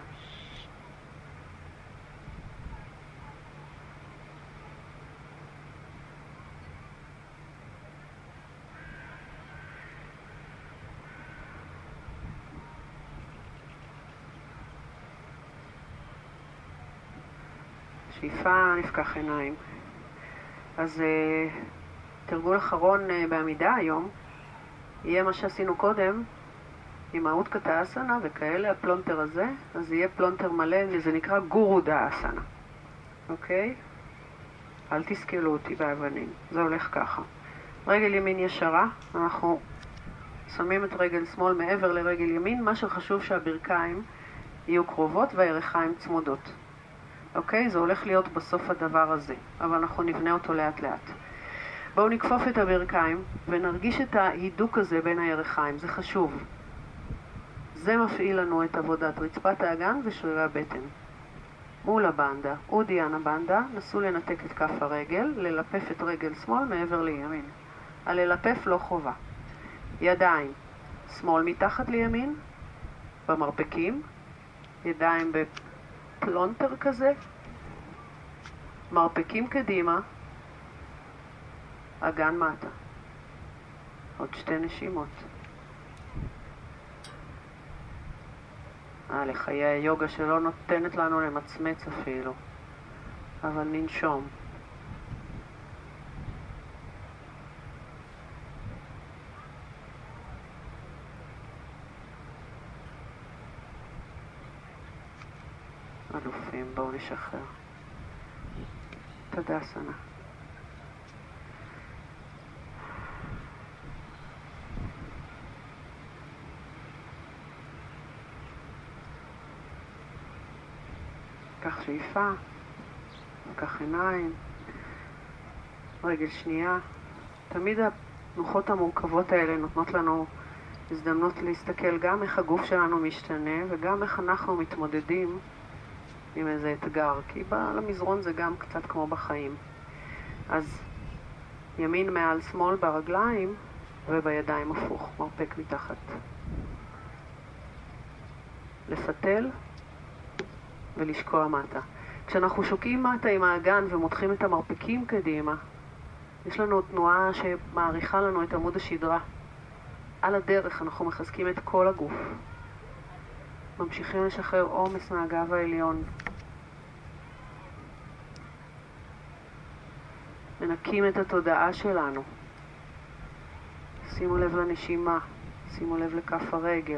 S1: שאיפה, נפקח עיניים. אז תרגול אחרון בעמידה היום יהיה מה שעשינו קודם עם האותקטה אסנה וכאלה, הפלונטר הזה, אז יהיה פלונטר מלא, וזה נקרא גורודה אסנה. אוקיי? אל תסכלו אותי באבנים. זה הולך ככה. רגל ימין ישרה, אנחנו שמים את רגל שמאל מעבר לרגל ימין, מה שחשוב שהברכיים יהיו קרובות והירכיים צמודות. אוקיי? זה הולך להיות בסוף הדבר הזה, אבל אנחנו נבנה אותו לאט לאט. בואו נכפוף את הברכיים ונרגיש את ההידוק הזה בין הירכיים, זה חשוב. זה מפעיל לנו את עבודת רצפת האגן ושרירי הבטן. מול הבנדה, אודיאנה בנדה, נסו לנתק את כף הרגל, ללפף את רגל שמאל מעבר לימין. הללפף לא חובה. ידיים, שמאל מתחת לימין, במרפקים, ידיים בפלונטר כזה, מרפקים קדימה, אגן מטה. עוד שתי נשימות. לחיי היוגה שלא נותנת לנו למצמץ אפילו, אבל ננשום. אלופים, בואו נשחרר. תדסנה. קח שאיפה, קח עיניים, רגל שנייה. תמיד התנוחות המורכבות האלה נותנות לנו הזדמנות להסתכל גם איך הגוף שלנו משתנה וגם איך אנחנו מתמודדים עם איזה אתגר, כי למזרון זה גם קצת כמו בחיים. אז ימין מעל שמאל ברגליים ובידיים הפוך, מרפק מתחת. לפתל ולשקוע מטה. כשאנחנו שוקעים מטה עם האגן ומותחים את המרפקים קדימה, יש לנו תנועה שמעריכה לנו את עמוד השדרה. על הדרך אנחנו מחזקים את כל הגוף. ממשיכים לשחרר עומס מהגב העליון. מנקים את התודעה שלנו. שימו לב לנשימה, שימו לב לכף הרגל.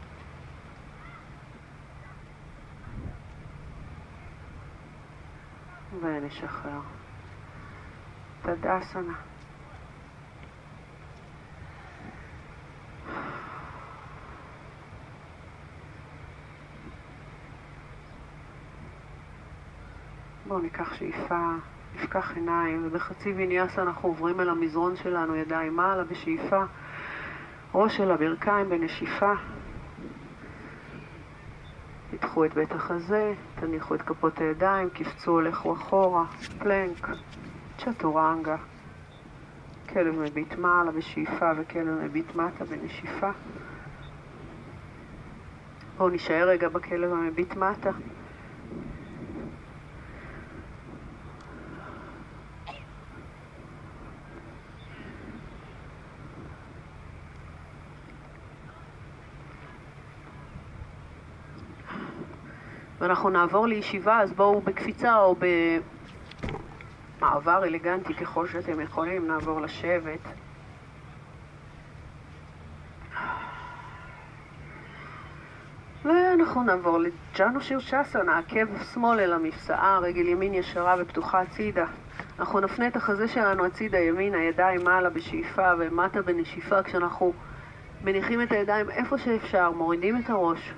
S1: ונשחרר. תדסנה. בואו ניקח שאיפה, נפקח עיניים, ובחצי ויניאסה אנחנו עוברים אל המזרון שלנו, ידיים מעלה בשאיפה, ראש של הברכיים בנשיפה. תדחו את בית החזה, תניחו את כפות הידיים, קפצו, לכו אחורה, פלנק, צ'טורנגה. כלב מביט מעלה בשאיפה וכלב מביט מטה בנשיפה. בואו נשאר רגע בכלב המביט מטה. ואנחנו נעבור לישיבה, אז בואו בקפיצה או במעבר אלגנטי ככל שאתם יכולים, נעבור לשבת. ואנחנו נעבור לג'אנו שירשאסנה, עקב שמאל אל המפסעה, רגל ימין ישרה ופתוחה הצידה. אנחנו נפנה את החזה שלנו הצידה ימין, הידיים מעלה בשאיפה ומטה בנשיפה, כשאנחנו מניחים את הידיים איפה שאפשר, מורידים את הראש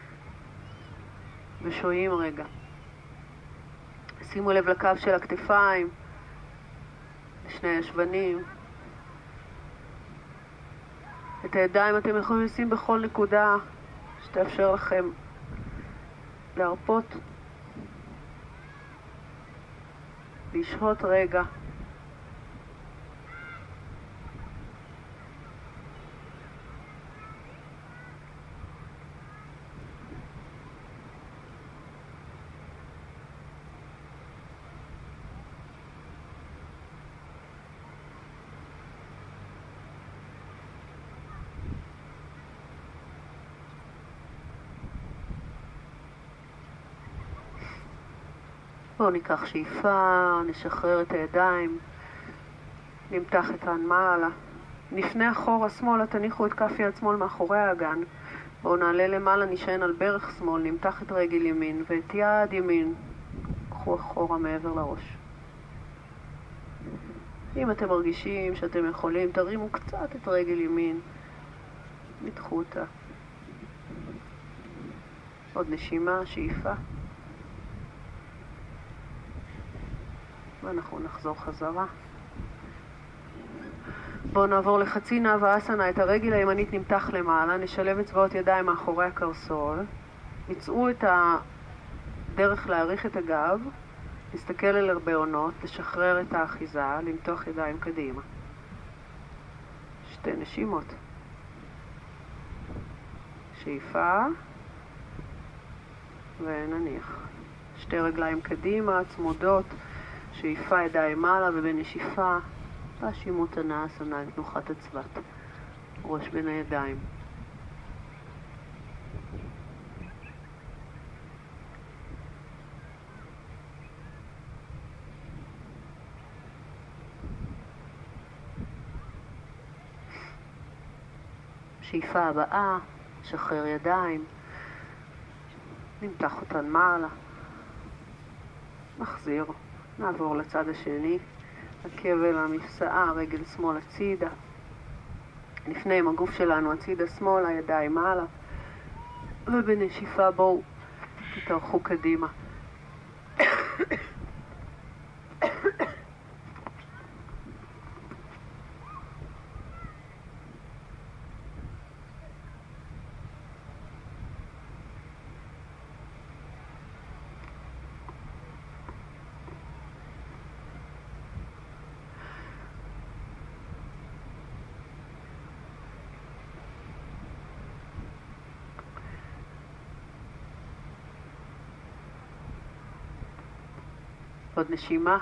S1: ושוהים רגע. שימו לב לקו של הכתפיים, לשני הישבנים. את הידיים אתם יכולים לשים בכל נקודה שתאפשר לכם להרפות, לשהות רגע. בואו ניקח שאיפה, נשחרר את הידיים, נמתח את המעלה. נפנה אחורה שמאלה, תניחו את כף יד שמאל מאחורי האגן. בואו נעלה למעלה, נשען על ברך שמאל, נמתח את רגל ימין ואת יד ימין. קחו אחורה מעבר לראש. אם אתם מרגישים שאתם יכולים, תרימו קצת את רגל ימין. מתחו אותה. עוד נשימה, שאיפה. ואנחנו נחזור חזרה. בואו נעבור לחצי נאווה אסנה, את הרגל הימנית נמתח למעלה, נשלב אצבעות ידיים מאחורי הקרסול, ניצאו את הדרך להאריך את הגב, נסתכל על הבעונות, לשחרר את האחיזה, למתוח ידיים קדימה. שתי נשימות. שאיפה ונניח. שתי רגליים קדימה, צמודות, שאיפה ידיים מעלה ובנשיפה השימות הנאסנה עם תנוחת הצוות, ראש בין הידיים. שאיפה הבאה, שחרר ידיים, נמתח אותן מעלה, נחזיר. נעבור לצד השני, הכבל המפסעה, רגל שמאל הצידה. נפנה עם הגוף שלנו הצידה שמאל, הידיים מעלה. ובנשיפה בואו תתארכו קדימה. עוד נשימה.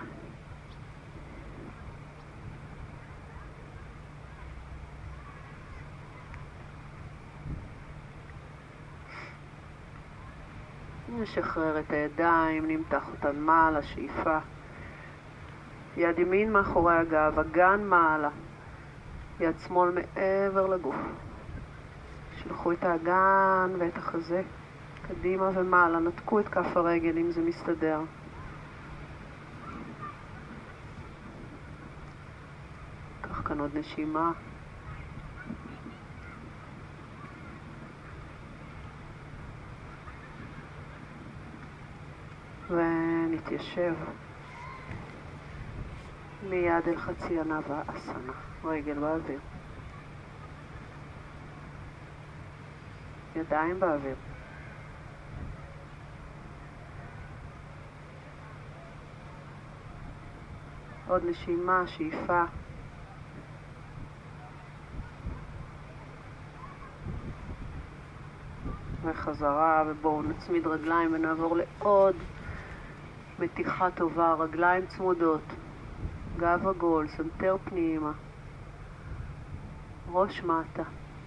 S1: נשחרר את הידיים, נמתח אותן מעלה, שאיפה. יד ימין מאחורי הגב, אגן מעלה. יד שמאל מעבר לגוף. שלחו את האגן ואת החזה קדימה ומעלה. נתקו את כף הרגל אם זה מסתדר. קח כאן עוד נשימה. ונתיישב מיד אל חצי הנאווה אסנה, רגל באוויר, ידיים באוויר. עוד נשימה, שאיפה, וחזרה, ובואו נצמיד רגליים ונעבור לעוד מתיחה טובה, רגליים צמודות, גב עגול, סנטר פנימה, ראש מטה.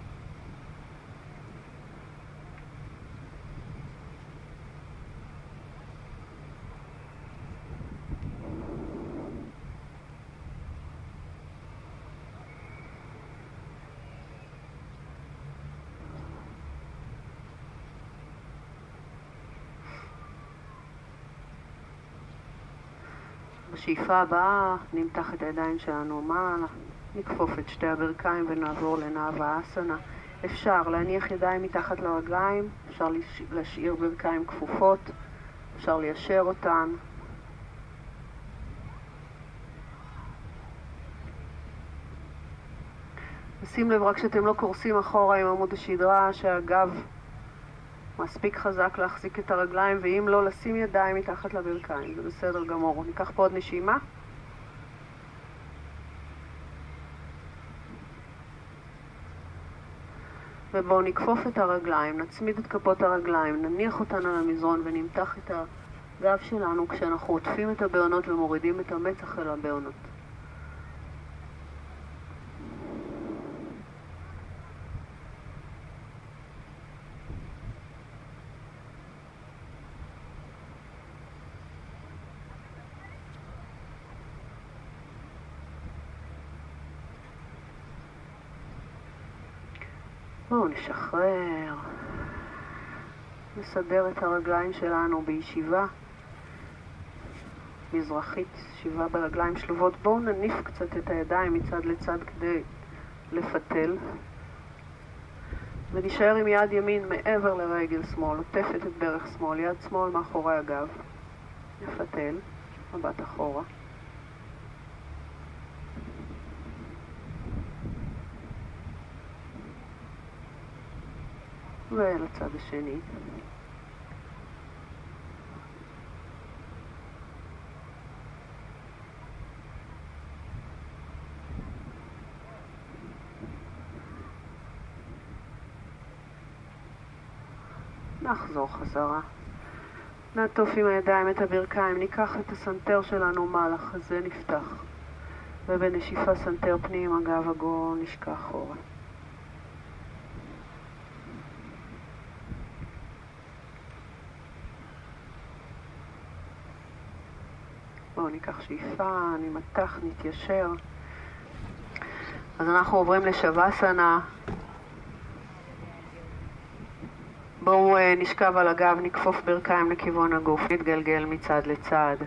S1: בשאיפה הבאה נמתח את הידיים שלנו מעלה, נכפוף את שתי הברכיים ונעבור לנאו האסנה. אפשר להניח ידיים מתחת לרגליים, אפשר להשאיר ברכיים כפופות, אפשר ליישר אותן. שים לב רק שאתם לא קורסים אחורה עם עמוד השדרה, שהגב מספיק חזק להחזיק את הרגליים, ואם לא, לשים ידיים מתחת לברכיים. זה בסדר גמור. ניקח פה עוד נשימה. ובואו נכפוף את הרגליים, נצמיד את כפות הרגליים, נניח אותן על המזרון ונמתח את הגב שלנו כשאנחנו עוטפים את הבעונות ומורידים את המצח אל הבעונות. בואו נשחרר, נסדר את הרגליים שלנו בישיבה מזרחית, ישיבה ברגליים שלובות. בואו נניף קצת את הידיים מצד לצד כדי לפתל, ונשאר עם יד ימין מעבר לרגל שמאל, עוטפת את ברך שמאל, יד שמאל מאחורי הגב, נפתל, מבט אחורה. ולצד השני. נחזור חזרה. נעטוף עם הידיים את הברכיים, ניקח את הסנטר שלנו מעלה, חזה נפתח. ובנשיפה סנטר פנים, הגב עגול, נשכח אחורה. בואו ניקח שאיפה, נמתח, נתיישר. אז אנחנו עוברים לשוואסנה. בואו נשכב על הגב, נכפוף ברכיים לכיוון הגוף, נתגלגל מצד לצד.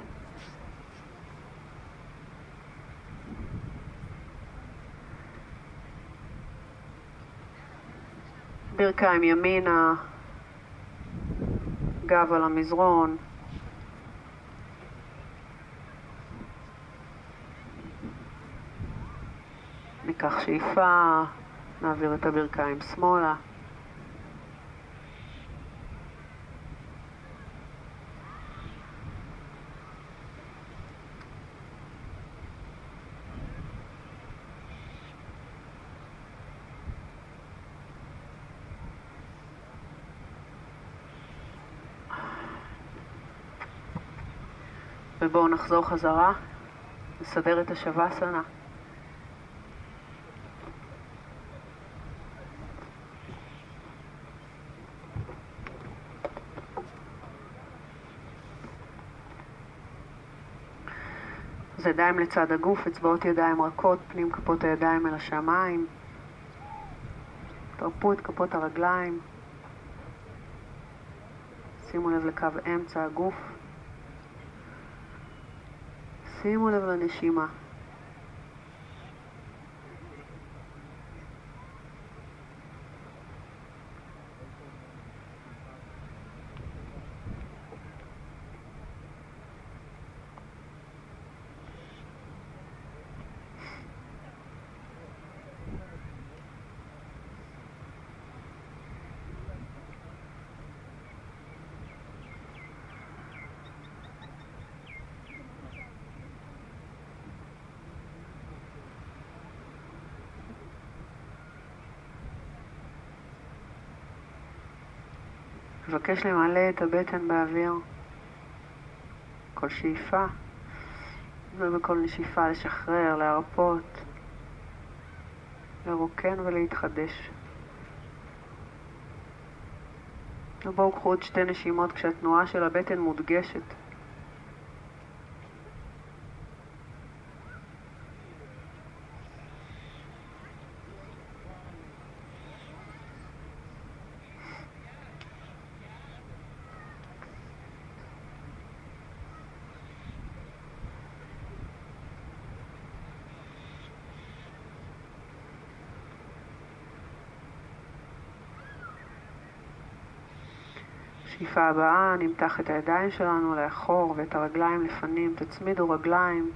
S1: ברכיים ימינה, גב על המזרון. ניקח שאיפה, נעביר את הברכיים שמאלה. ובואו נחזור חזרה, נסדר את השוואסנה. אז ידיים לצד הגוף, אצבעות ידיים רכות, פנים כפות הידיים אל השמיים. תרפו את כפות הרגליים. שימו לב לקו אמצע הגוף. שימו לב לנשימה. מבקש למלא את הבטן באוויר. כל שאיפה, ובכל נשיפה לשחרר, להרפות, לרוקן ולהתחדש. ובואו קחו עוד 2 נשימות כשהתנועה של הבטן מודגשת. שאיפה הבאה, נמתח את הידיים שלנו לאחור ואת הרגליים לפנים, תצמידו רגליים.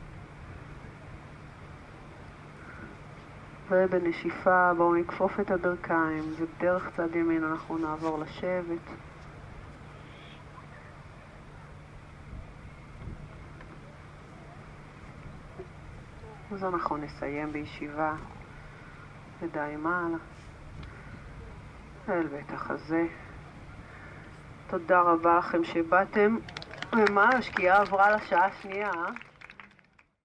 S1: ובנשיפה בואו נכפוף את הברכיים, ובדרך צד ימין אנחנו נעבור לשבת. אז אנחנו נסיים בישיבה, ידיים מעלה, אל בית החזה. תודה רבה לכם שבאתם. ומה, השקיעה עברה לשעה השנייה,